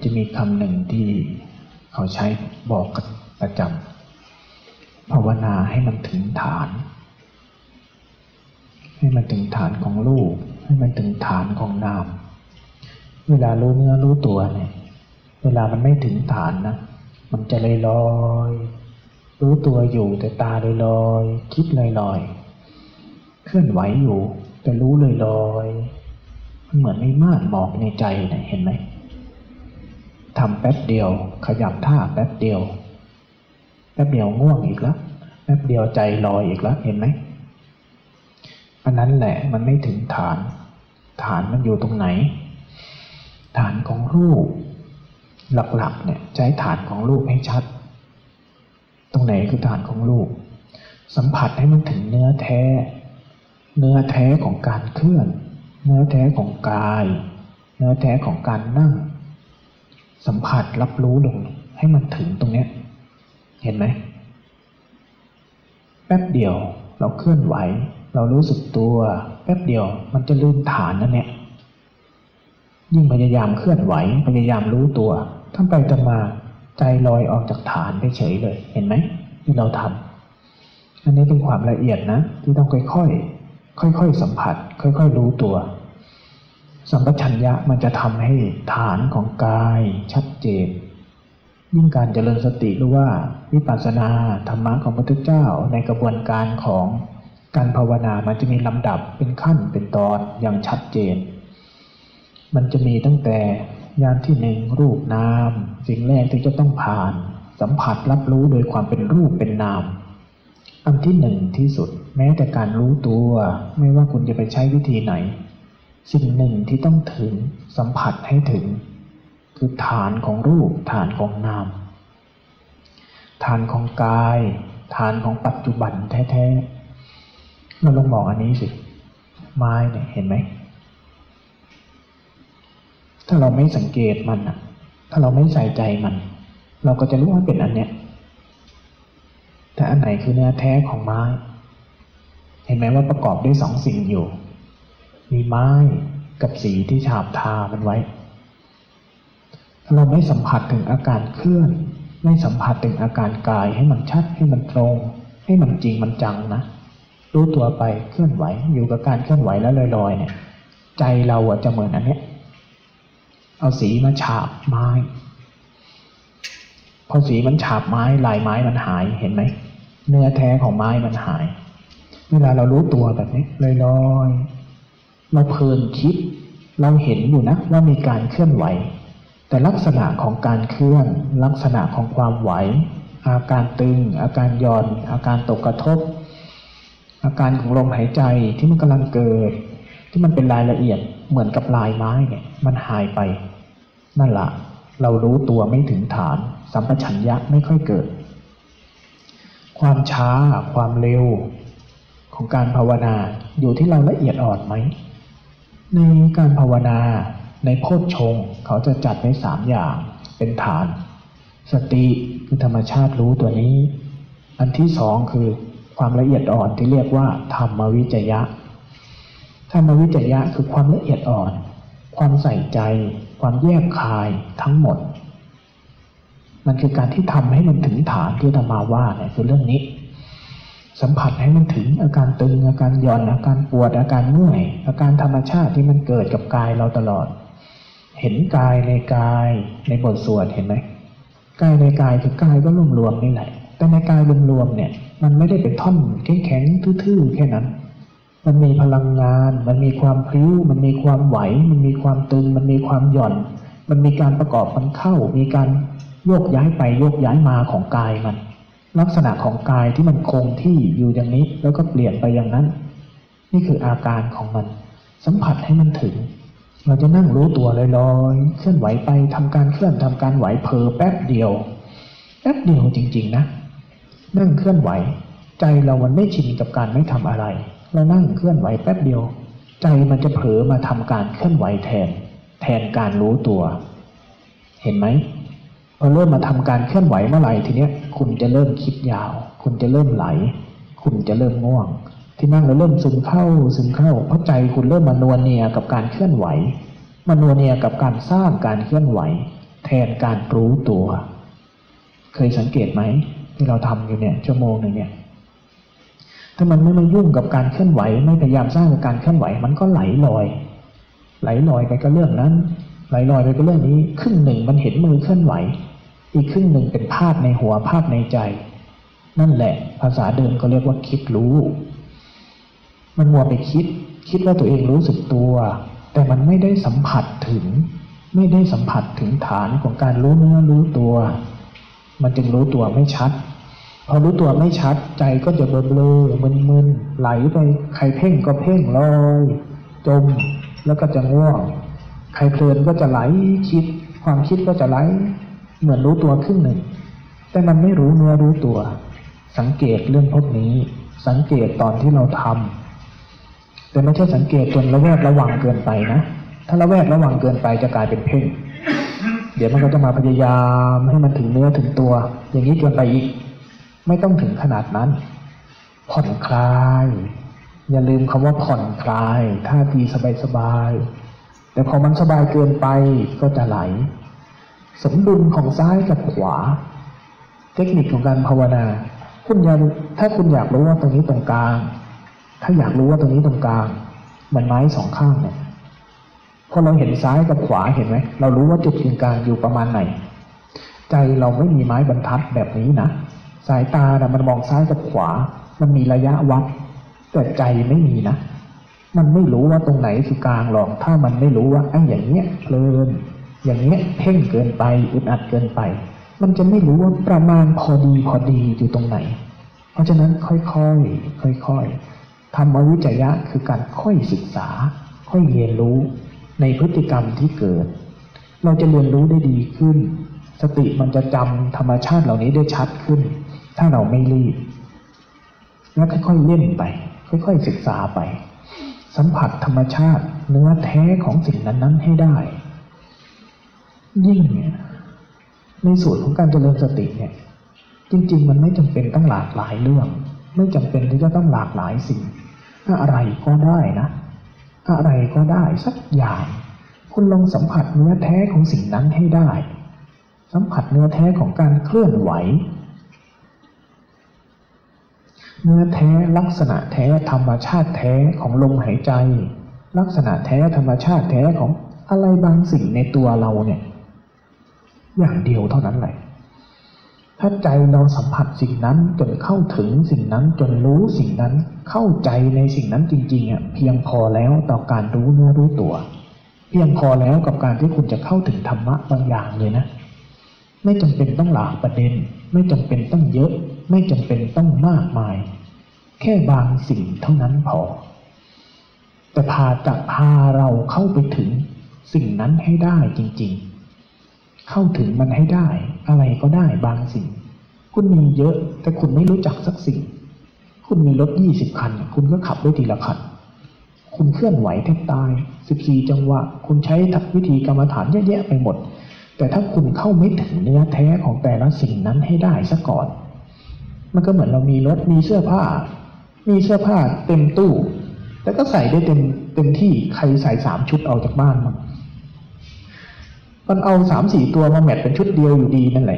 จะมีคำหนึ่งที่เขาใช้บอกกันประจำภาวนาให้มันถึงฐานให้มันถึงฐานของรูปให้มันถึงฐานของนามเวลารู้เนื้อรู้ตัวเนี่ยเวลามันไม่ถึงฐานนะมันจะลอยๆรู้ตัวอยู่แต่ตาลอยๆคิดลอยๆเคลื่อนไหวอยู่แต่รู้ลอยๆมันเหมือนไม่ม่านหมอกในใจนะเห็นไหมทำแป๊บเดียวขยับท่าแป๊บเดียวง่วงอีกแล้วแป๊บเดียวใจลอยอีกแล้วเห็นไหมอันนั้นแหละมันไม่ถึงฐานมันอยู่ตรงไหนฐานของรูปหลักๆเนี่ยใช้ฐานของรูปให้ชัดตรงไหนคือฐานของรูปสัมผัสให้มันถึงเนื้อแท้ของการเคลื่อนเนื้อแท้ของกายเนื้อแท้ของการนั่งสัมผัสรับรู้ลงให้มันถึงตรงเนี้ยเห็นไหมแป๊บเดียวเราเคลื่อนไหวเรารู้สึกตัวแป๊บเดียวมันจะลืมฐานนั่นแหละยิ่งพยายามเคลื่อนไหวพยายามรู้ตัวทำไปทำมาใจลอยออกจากฐานไปเฉยเลยเห็นไหมที่เราทำอันนี้เป็นความละเอียดนะที่ต้องค่อยสัมผัสค่อยรู้ตัวสัมปชัญญะมันจะทำให้ฐานของกายชัดเจนยิ่งการเจริญสติหรือว่าวิปัสสนาธรรมะของพระพุทธเจ้าในกระบวนการของการภาวนามันจะมีลำดับเป็นขั้นเป็นตอนอย่างชัดเจนมันจะมีตั้งแต่ญาณที่หนึ่งรูปนามสิ่งแรกที่จะต้องผ่านสัมผัสรับรู้โดยความเป็นรูปเป็นนามอันที่หนึ่งที่สุดแม้แต่การรู้ตัวไม่ว่าคุณจะไปใช้วิธีไหนสิ่งหนึ่งที่ต้องถึงสัมผัสให้ถึงคือฐานของรูปฐานของนามฐานของกายฐานของปัจจุบันแท้ๆเราลองมองอันนี้สิไม้เนี่ยเห็นไหมถ้าเราไม่สังเกตมันถ้าเราไม่ใส่ใจมันเราก็จะรู้ว่าเป็นอันเนี้ยแต่อันไหนคือเนื้อแท้ของไม้เห็นไหมว่าประกอบด้วยสองสิ่งอยู่มีไม้กับสีที่ฉาบทามันไว้ถ้าเราไม่สัมผัสถึงอาการเคลื่อนไม่สัมผัสถึงอาการกายให้มันชัดให้มันตรงให้มันจริงมันจังนะรู้ตัวไปเคลื่อนไหวอยู่กับการเคลื่อนไหวแล้วลอยๆเนี่ยใจเราจะเหมือนอันเนี้ยเอาสีมาฉาบไม้พอสีมันฉาบไม้ลายไม้มันหายเห็นไหมเนื้อแท้ของไม้มันหายเวลาเรารู้ตัวแบบนี้ลอยๆเราเพลินคิดเราเห็นอยู่นะว่ามีการเคลื่อนไหวแต่ลักษณะของการเคลื่อนลักษณะของความไหวอาการตึงอาการหย่อนอาการตกกระทบอาการของลมหายใจที่มันกำลังเกิดที่มันเป็นรายละเอียดเหมือนกับลายไม้เนี่ยมันหายไปนั่นละเรารู้ตัวไม่ถึงฐานสัมปชัญญะไม่ค่อยเกิดความช้าความเร็วของการภาวนาอยู่ที่เราละเอียดอ่อนไหมในการภาวนาในโพชฌงค์เขาจะจัดไว้3อย่างเป็นฐานสติคือธรรมชาติรู้ตัวนี้อันที่2คือความละเอียดอ่อนที่เรียกว่าธรรมวิจยะธรรมวิจยะคือความละเอียดอ่อนความใส่ใจความแยกคายทั้งหมดมันคือการที่ทำให้มันถึงฐานที่อาตมาว่าเนี่ยคือเรื่องนี้สัมผัสให้มันถึงอาการตึงอาการหย่อนอาการปวดอาการเมื่อยอาการธรรมชาติที่มันเกิดกับกายเราตลอดเห็นกายในกายในบทสวดเห็นไหมกายในกายคือกายก็รวมๆนี่แหละแต่ในกายรวมๆเนี่ยมันไม่ได้เป็นท่อนแข็งๆทื่อๆแค่นั้นมันมีพลังงานมันมีความพลิ้วมันมีความไหวมันมีความตึงมันมีความหย่อนมันมีการประกอบกันเข้ามีการโยกย้ายไปโยกย้ายมาของกายมันลักษณะของกายที่มันคงที่อยู่อย่างนี้แล้วก็เปลี่ยนไปอย่างนั้นนี่คืออาการของมันสัมผัสให้มันถึงเราจะนั่งรู้ตัวลอยๆเคลื่อนไหวไปทำการเคลื่อนทำการไหวเผลอแป๊บเดียวจริงๆนะนั่งเคลื่อนไหวใจเรามันไม่ชินกับการไม่ทำอะไรเรานั่งเคลื่อนไหวแป๊บเดียวใจมันจะเผลอมาทำการเคลื่อนไหวแทนการรู้ตัวเห็นไหมพอเริ่มมาทำการเคลื่อนไหวเมื่อไหร่ทีเนี้ยคุณจะเริ่มคิดยาวคุณจะเริ่มไหลคุณจะเริ่มง่วงที่นั่งแล้วเริ่มซึมเข้าเพราะใจคุณเริ่มมานัวเนียกับการเคลื่อนไหวมานัวเนียกับการสร้างการเคลื่อนไหวแทนการรู้ตัว เคยสังเกตไหมที่เราทำอยู่เนี่ยชั่วโมงหนึ่งเนี่ยถ้ามันไม่มายุ่งกับการเคลื่อนไหวไม่พยายามสร้างการเคลื่อนไหวมันก็ไหลลอยไปกับเรื่องนั้นไหลลอยไปกับเรื่องนี้ครึ่งหนึ่งมันเห็นมือเคลื่อนไหวอีกครึ่งหนึ่งเป็นภาพในหัวภาพในใจนั่นแหละภาษาเดิมก็เรียกว่าคิดรู้มันมัวไปคิดว่าตัวเองรู้สึกตัวแต่มันไม่ได้สัมผัสถึงฐานของการรู้เนื้อรู้ตัวมันจึงรู้ตัวไม่ชัดพอรู้ตัวไม่ชัดใจก็จะเบลอมึนๆไหลไปใครเพ่งก็เพ่งลอยจมแล้วก็จะง่วงใครเพลินก็จะไหลคิดความคิดก็จะไหลเหมือนรู้ตัวครึ่งหนึ่งแต่มันไม่รู้เนื้อรู้ตัวสังเกตเรื่องพวกนี้สังเกตตอนที่เราทำแต่ไม่ใช่สังเกตจนระแวดระวังเกินไปนะถ้าระแวดระวังเกินไปจะกลายเป็นเพ่งเดี๋ยวมันก็จะมาพยายามให้มันถึงเนื้อถึงตัวอย่างนี้เกินไปอีกไม่ต้องถึงขนาดนั้นผ่อนคลายอย่าลืมคำว่าผ่อนคลายท่าทีสบายๆแต่พอมันสบายเกินไปก็จะไหลสมดุลของซ้ายกับขวาเทคนิคของการภาวนาถ้าคุณอยากรู้ว่าตรงนี้ตรงกลางถ้าอยากรู้ว่าตรงนี้ตรงกลางเหมือนไม้สองข้างเนี่ยพอเราเห็นซ้ายกับขวาเห็นไหมเรารู้ว่าจุดกึ่งกลางอยู่ประมาณไหนใจเราไม่มีไม้บรรทัดแบบนี้นะสายตานะมันมองซ้ายกับขวามันมีระยะวัดแต่ใจไม่มีนะมันไม่รู้ว่าตรงไหนคือกลางหรอกถ้ามันไม่รู้ว่าไอ้อย่างเนี้ยเพลินอย่างเนี้ยเพ่งเกินไปอึดอัดเกินไปมันจะไม่รู้ว่าประมาณพอดีอยู่ตรงไหนเพราะฉะนั้นค่อยธรรมวิจยะคือการค่อยศึกษาค่อยเรียนรู้ในพฤติกรรมที่เกิดเราจะเรียนรู้ได้ดีขึ้นสติมันจะจำธรรมชาติเหล่านี้ได้ชัดขึ้นถ้าเราไม่รีบแล้วค่อยๆเล่นไปค่อยๆศึกษาไปสัมผัสธรรมชาติเนื้อแท้ของสิ่งนั้นๆให้ได้ยิ่งเนี่ยในส่วนของการเจริญสติเนี่ยจริงๆมันไม่จำเป็นต้องหลากหลายเรื่องไม่จำเป็นที่จะต้องหลากหลายสิ่งอะไรก็ได้นะอะไรก็ได้สักอย่างคุณลองสัมผัสเนื้อแท้ของสิ่งนั้นให้ได้สัมผัสเนื้อแท้ของการเคลื่อนไหวเนื้อแท้ลักษณะแท้ธรรมชาติแท้ของลมหายใจลักษณะแท้ธรรมชาติแท้ของอะไรบางสิ่งในตัวเราเนี่ยอย่างเดียวเท่านั้นแหละถ้าใจเราสัมผัสสิ่งนั้นจนเข้าถึงสิ่งนั้นจนรู้สิ่งนั้นเข้าใจในสิ่งนั้นจริงๆเพียงพอแล้วต่อการรู้เนื้อรู้ตัวเพียงพอแล้วกับการที่คุณจะเข้าถึงธรรมะบางอย่างเลยนะไม่จำเป็นต้องหลากประเด็นไม่จำเป็นต้องเยอะไม่จำเป็นต้องมากมายแค่บางสิ่งเท่านั้นพอแต่พาเราเข้าไปถึงสิ่งนั้นให้ได้จริงๆเข้าถึงมันให้ได้อะไรก็ได้บางสิ่งคุณมีเยอะแต่คุณไม่รู้จักสักสิ่งคุณมีรถ20 คันคุณก็ขับได้ทีละคันคุณเคลื่อนไหวแทบตาย14 จังหวะคุณใช้วิธีกรรมฐานเยอะแยะไปหมดแต่ถ้าคุณเข้าไม่ถึงเนื้อแท้ของแต่ละสิ่งนั้นให้ได้ซะก่อนมันก็เหมือนเรามีรถมีเสื้อผ้าเต็มตู้แต่ก็ใส่ได้เต็มที่ใครใส่3 ชุดเอาจากบ้านมันเอา 3-4 ตัวมาแมทเป็นชุดเดียวอยู่ดีนั่นแหละ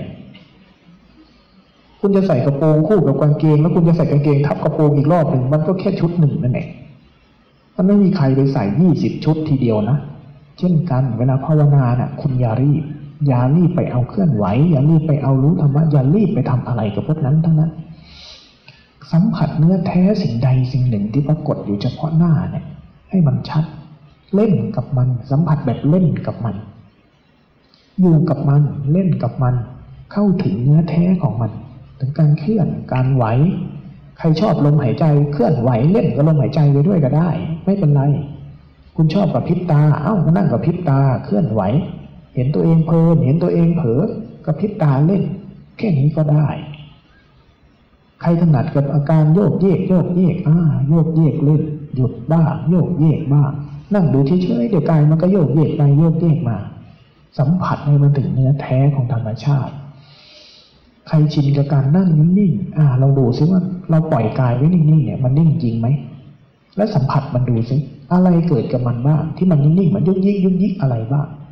คุณจะใส่กระโปรงคู่กับกางเกงแล้วคุณจะใส่กางเกงทับกระโปรงอีกรอบหนึ่งมันก็แค่ชุดหนึ่งนั่นแหละมันไม่มีใครไปใส่20 ชุดทีเดียวนะเช่นกันเวลาภาวนาน่ะคุณอย่ารีบไปเอาเคลื่อนไหวอย่ารีบไปเอารู้ธรรมะอย่ารีบไปทำอะไรกับพวกนั้นทั้งนั้นสัมผัสเนื้อแท้สิ่งใดสิ่งหนึ่งที่ปรากฏอยู่เฉพาะหน้าเนี่ยให้มันชัดเล่นกับมันสัมผัสแบบเล่นกับมันอยู่กับมันเล่นกับมันเข้าถึงเนื้อแท้ของมันถึงการเคลื่อนการไหวใครชอบลมหายใจเคลื่อนไหวเล่นกับลมหายใจไปด้วยก็ได้ไม่เป็นไรคุณชอบกับพริบตามานั่งกับพริบตาเคลื่อนไหวเห็นตัวเองเพลินเห็นตัวเองเผลอกับพริบตาเล่นแค่นี้ก็ได้ใครถนัดกับอาการโยกเยกโยกเยกเล่นหยุดบ้างโยกเยกบ้างนั่งดูเฉยๆเดี๋ยวกายมันก็โยกเยกไปโยกเยกมาสัมผัสให้มันถึงเนื้อแท้ของธรรมชาติใครชินกับการนั่งนิ่งๆเราดูซิว่าเราปล่อยกายไว้นิ่งๆเนี่ยมันนิ่งจริงไหมแล้วสัมผัสมันดูซิอะไรเกิดกับมันบ้างที่มันนิ่งๆมันยุกยิกอะไรบ้าง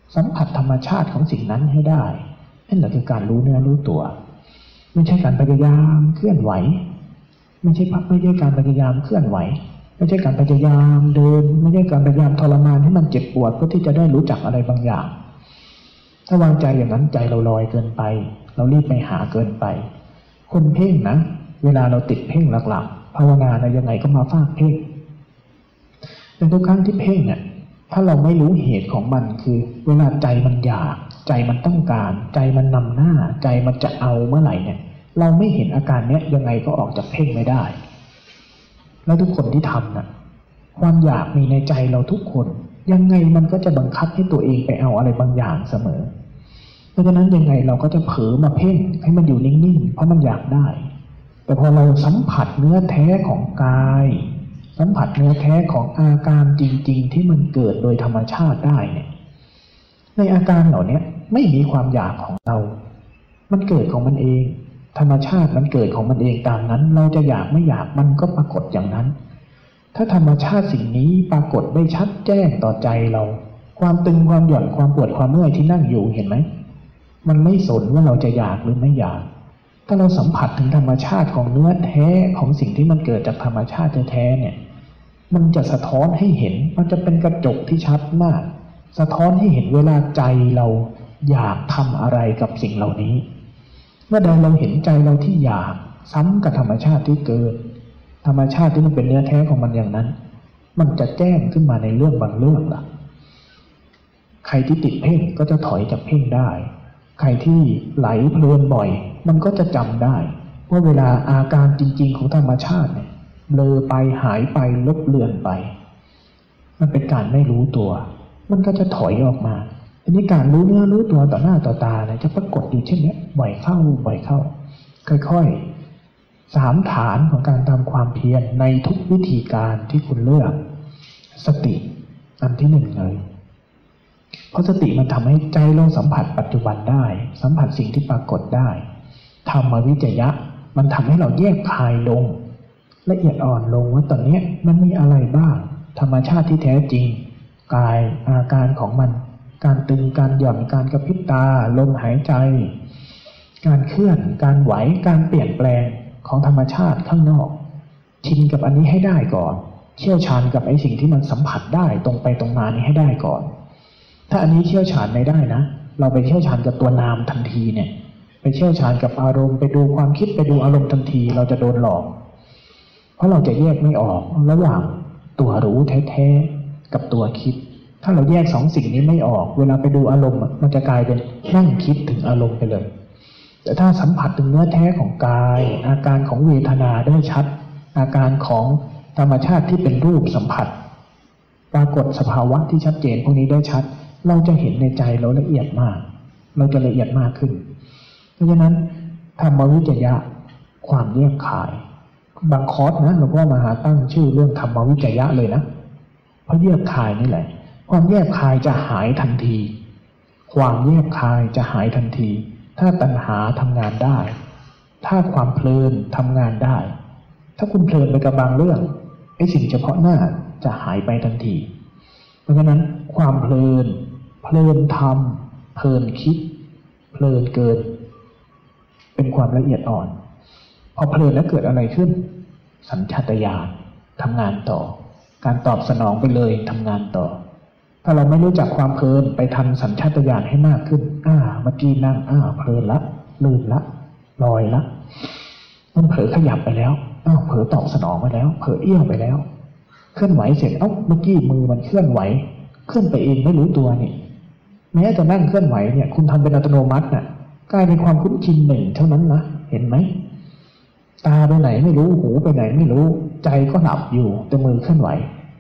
สัมผัสธรรมชาติของสิ่งนั้นให้ได้นั่นแหละคือการรู้เนื้อรู้ตัวไม่ใช่การพยายามเคลื่อนไหวไม่ใช่การพยายามเคลื่อนไหวไม่ใช่การพยายามเดินไม่ใช่การพยายามทรมานให้มันเจ็บปวดเพื่อที่จะได้รู้จักอะไรบางอย่างถ้าวางใจอย่างนั้นใจเราลอยเกินไปเรารีบไปหาเกินไปคนเพ่งนะเวลาเราติดเพ่งหลักๆภาวนาอะไรยังไงก็มาฟากเพ่งแต่ทุกครั้งที่เพ่งเนี่ยถ้าเราไม่รู้เหตุของมันคือเวลาใจมันอยากใจมันต้องการใจมันนำหน้าใจมันจะเอาเมื่อไหร่เนี่ยเราไม่เห็นอาการเนี้ยยังไงก็ออกจากเพ่งไม่ได้แล้วทุกคนที่ทำน่ะความอยากมีในใจเราทุกคนยังไงมันก็จะบังคับให้ตัวเองไปเอาอะไรบางอย่างเสมอเพราะฉะนั้นยังไงเราก็จะเผลอมาเพ่งให้มันอยู่นิ่งๆเพราะมันอยากได้แต่พอเราสัมผัสเนื้อแท้ของกายสัมผัสเนื้อแท้ของอาการจริงๆที่มันเกิดโดยธรรมชาติได้เนี่ยในอาการเหล่านี้ไม่มีความอยากของเรามันเกิดของมันเองธรรมชาติมันเกิดของมันเองตามนั้นเราจะอยากไม่อยากมันก็ปรากฏอย่างนั้นถ้าธรรมชาติสิ่งนี้ปรากฏได้ชัดแจ้งต่อใจเราความตึงความหย่อนความปวดความเมื่อยที่นั่งอยู่เห็นไหมมันไม่สนว่าเราจะอยากหรือไม่อยากถ้าเราสัมผัสถึงธรรมชาติของเนื้อแท้ของสิ่งที่มันเกิดจากธรรมชาติแท้ๆเนี่ยมันจะสะท้อนให้เห็นมันจะเป็นกระจกที่ชัดมากสะท้อนให้เห็นเวลาใจเราอยากทำอะไรกับสิ่งเหล่านี้เมื่อใดเราเห็นใจเราที่อยากซ้ำกับธรรมชาติที่เกิดธรรมชาติที่มันเป็นเนื้อแท้ของมันอย่างนั้นมันจะแจ้งขึ้นมาในเรื่องบางเรื่องล่ะใครที่ติดเพ่งก็จะถอยจากเพ่งได้ใครที่ไหลเพลินบ่อยมันก็จะจำได้ว่าเวลาอาการจริงๆของธรรมชาติเนี่ยเบลอไปหายไปลบเลือนไปมันเป็นการไม่รู้ตัวมันก็จะถอยออกมาทีนี้การรู้เนื้อรู้ตัวต่อหน้าต่อตาเนี่ยจะปรากฏอยู่เช่นนี้บ่อยเข้าค่อยๆ3 ฐานของการทำความเพียรในทุกวิธีการที่คุณเลือกสติอันที่1เลยเพราะสติมันทำให้ใจเราสัมผัสปัจจุบันได้สัมผัสสิ่งที่ปรากฏได้ธรรมวิจยะมันทำให้เราแยกคายลงละเอียดอ่อนลงว่าตอนนี้มันมีอะไรบ้างธรรมชาติที่แท้จริงกายอาการของมันการตึงการหย่อนการกระพริบตาลมหายใจการเคลื่อนการไหวการเปลี่ยนแปลงของธรรมชาติข้างนอกชินกับอันนี้ให้ได้ก่อนเชี่ยวชาญกับไอ้สิ่งที่มันสัมผัสได้ตรงไปตรงมานี้ให้ได้ก่อนถ้าอันนี้เชี่ยวชาญไม่ได้นะเราไปเชี่ยวชาญกับตัวนามทันทีเนี่ยไปเชี่ยวชาญกับอารมณ์ไปดูความคิดไปดูอารมณ์ทันทีเราจะโดนหลอกเพราะเราจะแยกไม่ออกระหว่างตัวรู้แท้ๆกับตัวคิดถ้าเราแยก2 สิ่งนี้ไม่ออกเวลาไปดูอารมณ์มันจะกลายเป็นนั่งคิดถึงอารมณ์ไปเลยแต่ถ้าสัมผัสถึงเนื้อแท้ของกายอาการของเวทนาได้ชัดอาการของธรรมชาติที่เป็นรูปสัมผัสปรากฏสภาวะที่ชัดเจนพวกนี้ได้ชัดเราจะเห็นในใจเราละเอียดมากเราจะละเอียดมากขึ้นเพราะฉะนั้นธรรมวิจยะความแยกคายบางคอร์สนะหลวงพ่อมหาตั้งชื่อเรื่องธรรมวิจยะเลยนะเพราะแยกคายนี่แหละความแยกคายจะหายทันทีความแยกคายจะหายทันทีถ้าตัณหาทำงานได้ถ้าความเพลินทำงานได้ถ้าคุณเพลินไปกับบางเรื่องไอ้สิ่งเฉพาะหน้าจะหายไปทันทีเพราะฉะนั้นความเพลินทำเพลินคิดเพลินเกินเป็นความละเอียดอ่อนพอเพลินแล้วเกิดอะไรขึ้นสัญชาตญาณทำงานต่อการตอบสนองไปเลยทำงานต่อถ้าเราไม่รู้จักความเพลินไปทำสัญชาตญาณให้มากขึ้นเมื่อกี้นั่งเพลินละลืมละลอยละมันเผลอขยับไปแล้วเผลอตอบสนองไปแล้วเผลอเอี้ยวไปแล้วเคลื่อนไหวเสร็จเมื่อกี้มือมันเคลื่อนไหวเคลื่อนไปเองไม่รู้ตัวนี่แม้จะนั่งเคลื่อนไหวเนี่ยคุณทำเป็นอัตโนมัติน่ะกลายเป็นความคุ้นชิน1เท่านั้นนะเห็นไหมตาไปไหนไม่รู้หูไปไหนไม่รู้ใจก็หลับอยู่แต่มือเคลื่อนไหว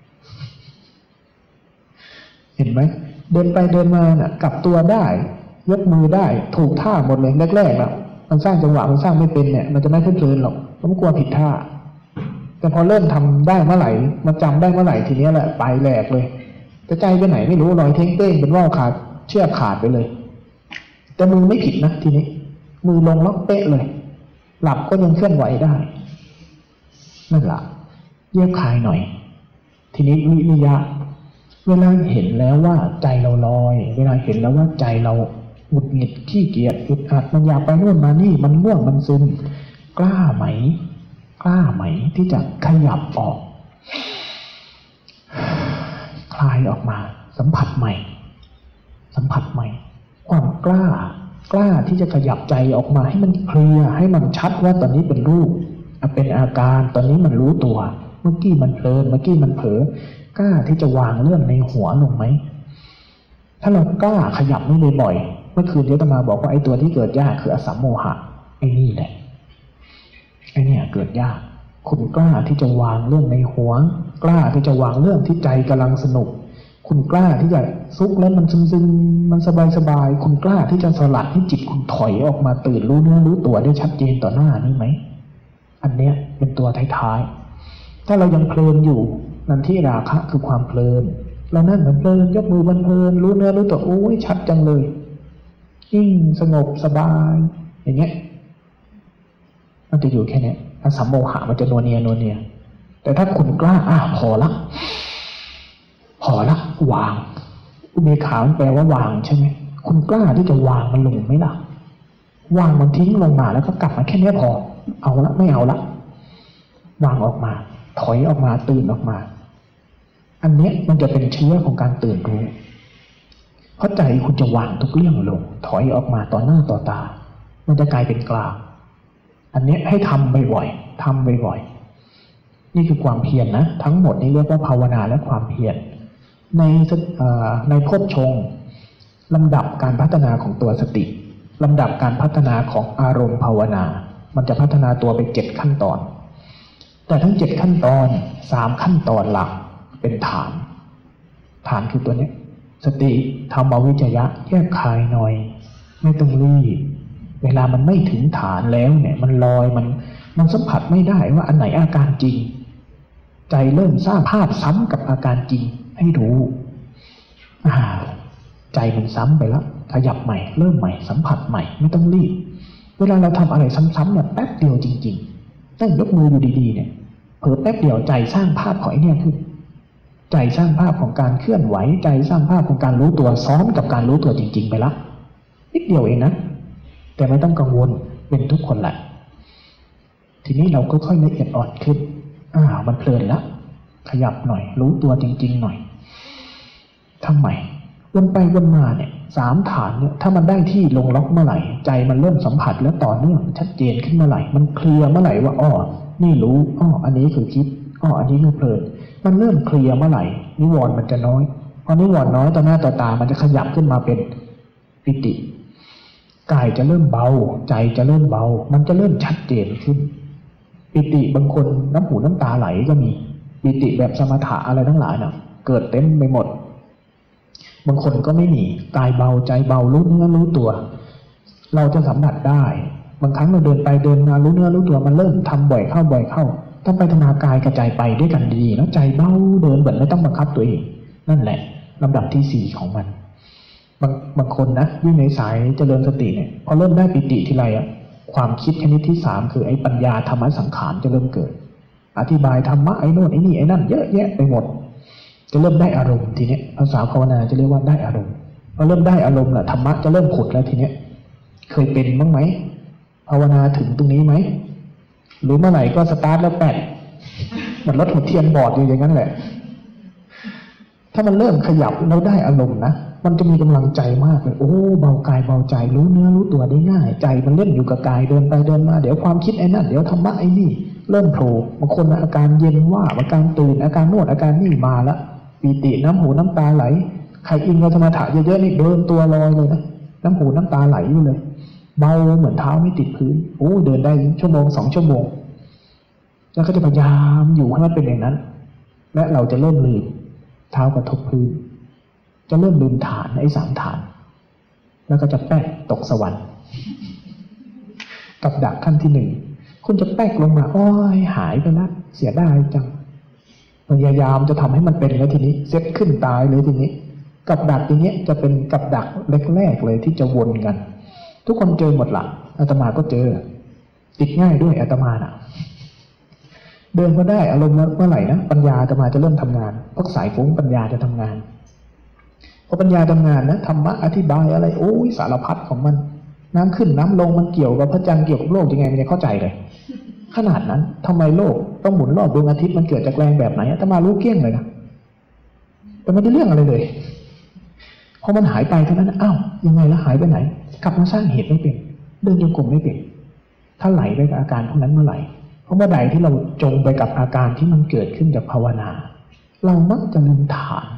เห็นไหมเดินไปเดินมาน่ะกลับตัวได้ยกมือได้ถูกท่าหมดเลยแรกๆแล้วมันสร้างจังหวะมันสร้างไม่เป็นเนี่ยมันจะไม่เพลินหรอกมันกลัวผิดท่าแต่พอเริ่มทำได้เมื่อไหร่มันจำได้เมื่อไหร่ทีนี้แหละไปแหลกเลยแต่ใจไปไหนไม่รู้ลอยเท้งเต้งเป็นว่าวขาดเชือกขาดไปเลยแต่มือไม่ผิดนะทีนี้มือลงแล้วเป๊ะเลยหลับก็ยังเคลื่อนไหวได้นั่นแหละแยกคายหน่อยทีนี้วิริยะเวลาเห็นแล้วว่าใจเราลอยเวลาเห็นแล้วว่าใจเราหงุดหงิดขี้เกียจอึดอัดมันอยากไปนู่นมานี่มันง่วงมันซึมกล้าไหมที่จะขยับออกคลายออกมาสัมผัสใหม่ความกล้าที่จะขยับใจออกมาให้มันเคลียร์ให้มันชัดว่าตอนนี้เป็นรูปเป็นอาการตอนนี้มันรู้ตัวเมื่อกี้มันเพลินเมื่อกี้มันเผลอกล้าที่จะวางเรื่องในหัวลงไหมถ้าเรากล้าขยับไม่บ่อยๆเมื่อคืนอาตมาบอกว่าไอ้ตัวที่เกิดยากคืออสัมโมหะไอ้นี่แหละไอ้เนี่ยเกิดยากคุณกล้าที่จะวางเรื่องในหัวกล้าที่จะวางเรื่องที่ใจกำลังสนุกคุณกล้าที่จะซุกแล้วมันซึมๆมันสบายๆคุณกล้าที่จะสลัดให้จิตคุณถอยออกมาตื่นรู้เนื้อรู้ตัวได้ชัดเจนต่อหน้านี่ไหมอันเนี้ยเป็นตัวท้ายๆถ้าเรายังเพลินอยู่นั่นที่ราคะคือความเพลินเรานั่งเหมือนเพลินยกมือมันเพลินรู้เนื้อรู้ตัวโอ้ยชัดจังเลยยิ่งสงบสบายอย่างเงี้ยมันจะอยู่แค่นี้ถ้าสัมโมหะมันจะนัวเนียแต่ถ้าคุณกล้าพอละวางอุเบกขาแปลว่าวางใช่ไหมคุณกล้าที่จะวางมันลงไหมล่ะวางมันทิ้งลงมาแล้วก็กลับมาแค่นี้พอเอาละไม่เอาละวางออกมาถอยออกมาตื่นออกมาอันเนี้ยมันจะเป็นเชื้อของการตื่นรู้เพราะใจคุณจะวางทุกเรื่องลงถอยออกมาต่อหน้าต่อตามันจะกลายเป็นกลางอันเนี้ยให้ทำบ่อยๆนี่คือความเพียรนะทั้งหมดนี้เรียกว่าภาวนาและความเพียรในโพชฌงค์ลำดับการพัฒนาของตัวสติลำดับการพัฒนาของอารมณ์ภาวนามันจะพัฒนาตัวไป7ขั้นตอนแต่ทั้ง7ขั้นตอน3ขั้นตอนหลักเป็นฐานคือตัวนี้สติธรรมวิจยะแยกคายหน่อยไม่ต้องรีบเวลามันไม่ถึงฐานแล้วเนี่ยมันลอยมันสัมผัสไม่ได้ว่าอันไหนอาการจริงใจเริ่มสร้างภาพซ้ำกับอาการจริงให้รู้ใจมันซ้ำไปแล้วขยับใหม่เริ่มใหม่สัมผัสใหม่ไม่ต้องรีบเวลาเราทำอะไรซ้ำๆเนี่ยแป๊บเดียวจริงๆตั้งยกมืออยู่ดีๆเนี่ยเผลอแป๊บเดียวใจสร้างภาพของไอ้เนี่ยขึ้นใจสร้างภาพของการเคลื่อนไหวใจสร้างภาพของการรู้ตัวซ้อนกับการรู้ตัวจริงๆไปละนิดเดียวเองนะแต่ไม่ต้องกังวลเป็นทุกคนแหละทีนี้เราก็ค่อยละเอียดอ่อนขึ้นมันเพลินแล้วขยับหน่อยรู้ตัวจริงๆหน่อยทำไมวนไปวนมาเนี่ย3ฐานเนี่ยถ้ามันได้ที่ลงล็อกเมื่อไหร่ใจมันเริ่มสัมผัสแล้วต่อเนื่องชัดเจนขึ้นเมื่อไหร่มันเคลียร์เมื่อไหร่ว่านี่รู้อันนี้คือคิดอันนี้คือเพลินมันเริ่มเคลียร์เมื่อไหร่นิวรณ์มันจะน้อยพอนิวรณ์น้อยต่อหน้าต่อตามันจะขยับขึ้นมาเป็นปิติกายจะเริ่มเบาใจจะเริ่มเบามันจะเริ่มชัดเจนขึ้นปิติบางคนน้ำหูน้ำตาไหลก็มีปิติแบบสมถะอะไรทั้งหลายน่ะเกิดเต็มไปหมดบางคนก็ไม่มีกายเบาใจเบารู้เนื้อรู้ตัวเราจะสัมผัสได้บางครั้งเราเดินไปเดินมารู้เนื้อรู้ตัวมันเริ่มทำบ่อยเข้าต้องไปทำงานกายกับใจไปด้วยกันดีแล้วใจเบาเดินเหมือนไม่ต้องบังคับตัวเองนั่นแหละลำดับที่4ของมันบางคนนะยิ่งในสายเจริญสติเนี่ยพอเริ่มได้ปิติทีไรความคิดชนิดที่3คือไอ้ปัญญาธรรมสังขารจะเริ่มเกิดอธิบายธรรมะไอ้โน่นไอ้นี่ไอ้นั่นเยอะแยะไปหมดจะเริ่มได้อารมณ์ทีนี้ภาษาภาวนาจะเรียกว่าได้อารมณ์พอเริ่มได้อารมณ์แหละธรรมะจะเริ่มผุดแล้วทีนี้เคยเป็นบ้างไหมภาวนาถึงตรงนี้ไหมหรือเมื่อไหร่ก็สตาร์ทแล้วแปดมันรถหัวเทียนบอดอยู่อย่างนั้นแหละถ้ามันเริ่มขยับแล้วได้อารมณ์นะมันจะมีกำลังใจมากเลยเบากายเบาใจรู้เนื้อรู้ตัวได้ง่ายใจมันเล่นอยู่กับกายเดินไปเดินมาเดี๋ยวความคิดไอ้นั่นเดี๋ยวธรรมะไอ้นี่เริ่มโผล่บางคนอาการเย็นว่าอาการตื่นอาการนวดอาการนี่มาละปีติน้ำหูน้ำตาไหลใครอินกับสมถะเยอะๆนี่เดินตัวลอยเลยนะน้ำหูน้ำตาไหลอยู่เลยเบาเหมือนเท้าไม่ติดพื้นเดินได้ชั่วโมง2 ชั่วโมงแล้วก็จะพยายามอยู่ให้มันเป็นอย่างนั้นและเราจะเริ่มลืมเท้ากระทบพื้นจะเริ่มลืมฐานไอ้3ฐานแล้วก็จะแป๊กตกสวรรค์กับดักขั้นที่1คุณจะแป๊กลงมาหายไปละเสียดายจังพยายามจะทำให้มันเป็นแล้วทีนี้เซตขึ้นตายเลยทีนี้กับดักทีนี้จะเป็นกับดักแรกๆเลยที่จะวนกันทุกคนเจอหมดละอาตมาก็เจอติดง่ายด้วยอาตมาน่ะเดินก็ได้อารมณ์เมื่อไหร่นะปัญญาอาตมาจะเริ่มทำงานพวกสายฟุ้งปัญญาจะทำงานพอปัญญาทำงานนะธรรมะอธิบายอะไรโอ้ยสารพัดของมันน้ำขึ้นน้ำลงมันเกี่ยวกับพระจันทร์เกี่ยวกับโลกยังไงไม่ได้เข้าใจเลยขนาดนั้นทำไมโลกต้องหมุนรอบดวงอาทิตย์มันเกิดจากแรงแบบไหนอาตมารู้เกลี้ยงเลยนะแต่ไม่ได้เรื่องอะไรเลยพอมันหายไปเท่านั้นอ้าวยังไงแล้วหายไปไหนกลับมาสร้างเหตุไม่เป็นเดินโยกมไม่เป็นถ้าไหลไปกับอาการพวกนั้นเมื่อไหร่เพราะเมื่อใดที่เราจมไปกับอาการที่มันเกิดขึ้นจากภาวนาเรามักจะลืมฐาน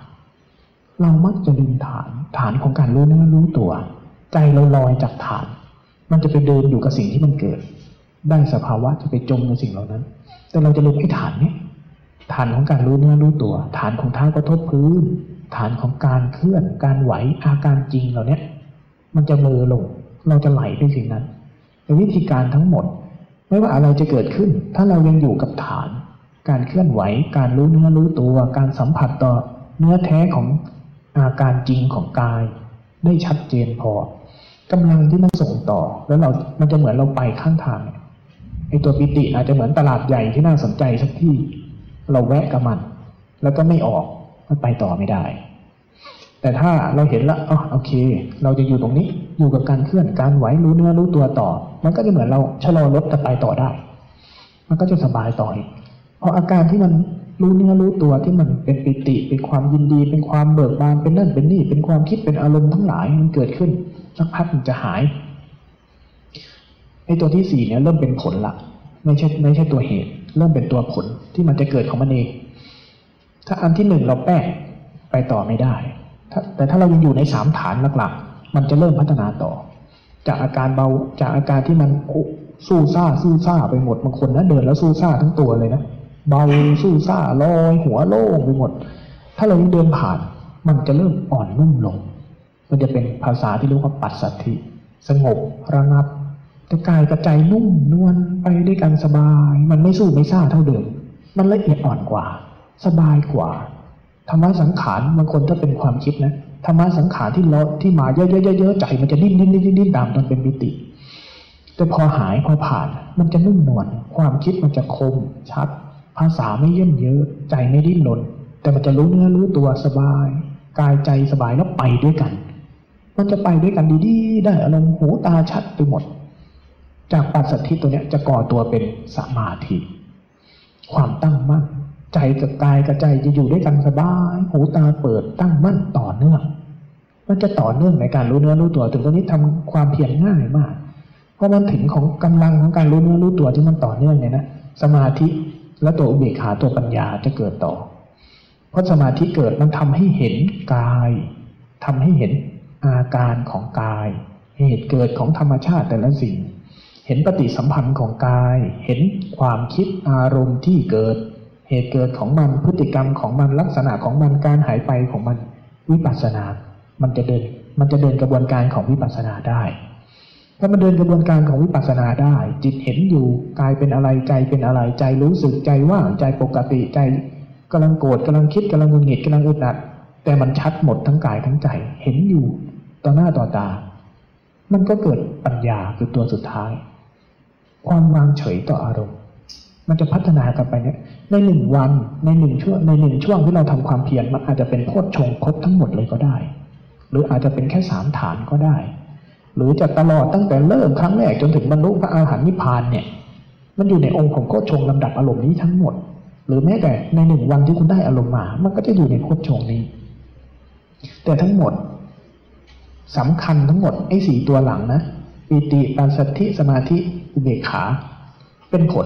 ฐานของการรู้เนื้อรู้ตัวใจเราลอยจากฐานมันจะไปเดินอยู่กับสิ่งที่มันเกิดได้สภาวะจะไปจมในสิ่งเหล่านั้นแต่เราจะลืมไอ้ฐานนี้ฐานของการรู้เนื้อรู้ตัวฐานของเท้ากระทบพื้นฐานของการเคลื่อนการไหวอาการจริงเหล่านี้มันจะเบลอลงเราจะไหลไปสิ่งนั้นในวิธีการทั้งหมดไม่ว่าอะไรจะเกิดขึ้นถ้าเรายังอยู่กับฐานการเคลื่อนไหวการรู้เนื้อรู้ตัวการสัมผัสต่อเนื้อแท้ของอาการจริงของกายได้ชัดเจนพอกำลังที่มันส่งต่อแล้วมันจะเหมือนเราไปข้างทางไอตัวปิติอาจจะเหมือนตลาดใหญ่ที่น่าสนใจสักที่เราแวะกับมันแล้วก็ไม่ออกมันไปต่อไม่ได้แต่ถ้าเราเห็นแล้วโอเคเราจะอยู่ตรงนี้อยู่กับการเคลื่อนการไหวรู้เนื้อรู้ตัวต่อมันก็จะเหมือนเราชะลอรถจะไปต่อได้มันก็จะสบายต่ออีกเพราะอาการที่มันรู้เนื้อรู้ตัวที่มันเป็นปิติเป็นความยินดีเป็นความเบิกบานเป็นนั่นเป็นนี่เป็นความคิดเป็นอารมณ์ทั้งหลายมันเกิดขึ้นสักพักมันจะหายไอ้ตัวที่สี่เนี่ยเริ่มเป็นผลละไม่ใช่ตัวเหตุเริ่มเป็นตัวผลที่มันจะเกิดของมันเองถ้าอันที่หนึ่งเราแป้งไปต่อไม่ได้แต่ถ้าเรายังอยู่ในสามฐานหลักๆมันจะเริ่มพัฒนาต่อจากอาการเบาจากอาการที่มันสู้ซ่าไปหมดบางคนนะเดินแล้วสู้ซ่าทั้งตัวเลยนะเบาสู้ซ่าลอยหัวโล่งไปหมดถ้าเรายังเดินผ่านมันจะเริ่มอ่อนนุ่มลงมันจะเป็นภาษาที่เรียกว่าปัสสัทธิสงบระงับแต่กายกับใจนุ่มนวลไปด้วยกันสบายมันไม่สู้ไม่ซ่าเท่าเดิมมันละเอียดอ่อนกว่าสบายกว่าธรรมะสังขารบางคนถ้าเป็นความคิดนะธรรมะสังขารที่มาเยอะๆใจมันจะดิ้นตามจนเป็นมิติแต่พอหายพอผ่านมันจะนุ่มนวลความคิดมันจะคมชัดภาษาไม่เยินเยอะใจไม่ดิ้นรนแต่มันจะรู้เนื้อรู้ตัวสบายกายใจสบายแล้วไปด้วยกันมันจะไปด้วยกันดีๆได้อารมณ์หูตาชัดไปหมดจากปัสสัทธิตัวเนี้ยจะก่อตัวเป็นสมาธิความตั้งมั่นใจกับกายกับใจจะอยู่ด้วยกันสบายหูตาเปิดตั้งมั่นต่อเนื่องมันจะต่อเนื่องในการรู้เนื้อรู้ตัวถึงตรงนี้ทำความเพียรง่ายมากเพราะมันถึงของกำลังของการรู้เนื้อรู้ตัวที่มันต่อเนื่องเนี่ยนะสมาธิและตัวอุเบกขาตัวปัญญาจะเกิดต่อเพราะสมาธิเกิดมันทำให้เห็นกายทำให้เห็นอาการของกายเหตุเกิดของธรรมชาติแต่ละสิ่งเห็นปฏิสัมพันธ์ของกายเห็นความคิดอารมณ์ที่เกิดเหตุเกิดของมันพฤติกรรมของมันลักษณะของมันการหายไปของมันวิปัสสนามันจะเดินกระบวนการของวิปัสสนาได้ถ้ามันเดินกระบวนการของวิปัสสนาได้จิตเห็นอยู่กายเป็นอะไรใจเป็นอะไรใจรู้สึกใจว่างใจปกติใจกำลังโกรธกำลังคิดกำลังหงุดหงิดกำลังอึดอัดแต่มันชัดหมดทั้งกายทั้งใจเห็นอยู่ต่อหน้าต่อตามันก็เกิดปัญญาคือตัวสุดท้ายความวางเฉยต่ออารมณ์มันจะพัฒนากันไปเนี่ยในหนึ่งวันในหนึ่งช่วงที่เราทำความเพียรมันอาจจะเป็นโพชฌงค์ครบทั้งหมดเลยก็ได้หรืออาจจะเป็นแค่3ฐานก็ได้หรือจะตลอดตั้งแต่เริ่มครั้งแรกจนถึงบรรลุพระอรหันต์นิพพานเนี่ยมันอยู่ในองค์ของโพชฌงค์ลำดับอารมณ์นี้ทั้งหมดหรือแม้แต่ใน1วันที่คุณได้อารมณ์มามันก็จะอยู่ในโพชฌงค์นี้แต่ทั้งหมดสำคัญทั้งหมดไอ้4ตัวหลังนะปิติปัสสัทธิสมาธิอุเบกขาเป็นผล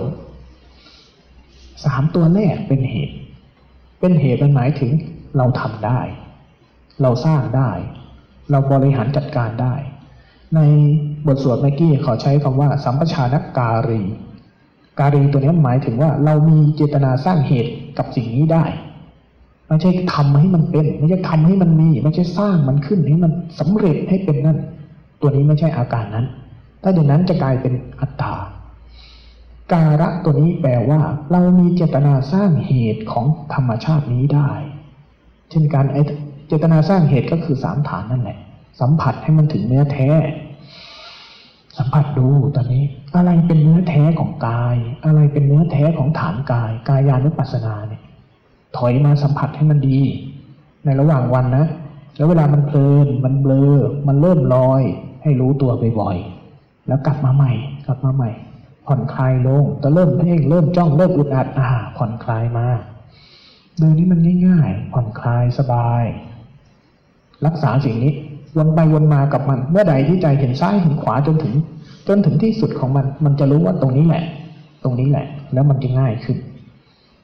3ตัวแรกเป็นเหตุมันหมายถึงเราทำได้เราสร้างได้เราบริหารจัดการได้ในบทสวดเมื่อกี้ขอใช้คำว่าสัมปชานการีตัวนี้หมายถึงว่าเรามีเจตนาสร้างเหตุกับสิ่งนี้ได้ไม่ใช่ทำให้มันเป็นไม่ใช่ทำให้มันมีไม่ใช่สร้างมันขึ้นให้มันสำเร็จให้เป็นนั่นตัวนี้ไม่ใช่อาการนั้นถ้าอย่างนั้นจะกลายเป็นอัตตาการะตัวนี้แปลว่าเรามีเจตนาสร้างเหตุของธรรมชาตินี้ได้เช่นการเจตนาสร้างเหตุก็คือ3ฐานนั่นแหละสัมผัสให้มันถึงเนื้อแท้สัมผัสดูตอนนี้อะไรเป็นเนื้อแท้ของกายอะไรเป็นเนื้อแท้ของฐานกายกายานุปัสสนาเนี่ยถอยมาสัมผัสให้มันดีในระหว่างวันนะแล้วเวลามันเพลินมันเบลอมันเริ่มลอยให้รู้ตัวบ่อยๆแล้วกลับมาใหม่ผ่อนคลายลงแต่เริ่มเพ่งเริ่มจ้องเริ่มอึดอัดผ่อนคลายมาเดินนี้มันง่ายๆผ่อนคลายสบายรักษาสิ่งนี้วนไปวนมากับมันเมื่อใดที่ใจเห็นซ้ายเห็นขวาจนถึงที่สุดของมันจะรู้ว่าตรงนี้แหละแล้วมันจะง่ายขึ้น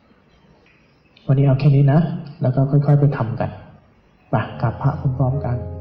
วันนี้เอาแค่นี้นะแล้วก็ค่อยๆไปทำกันไปกราบพระพร้อมๆกัน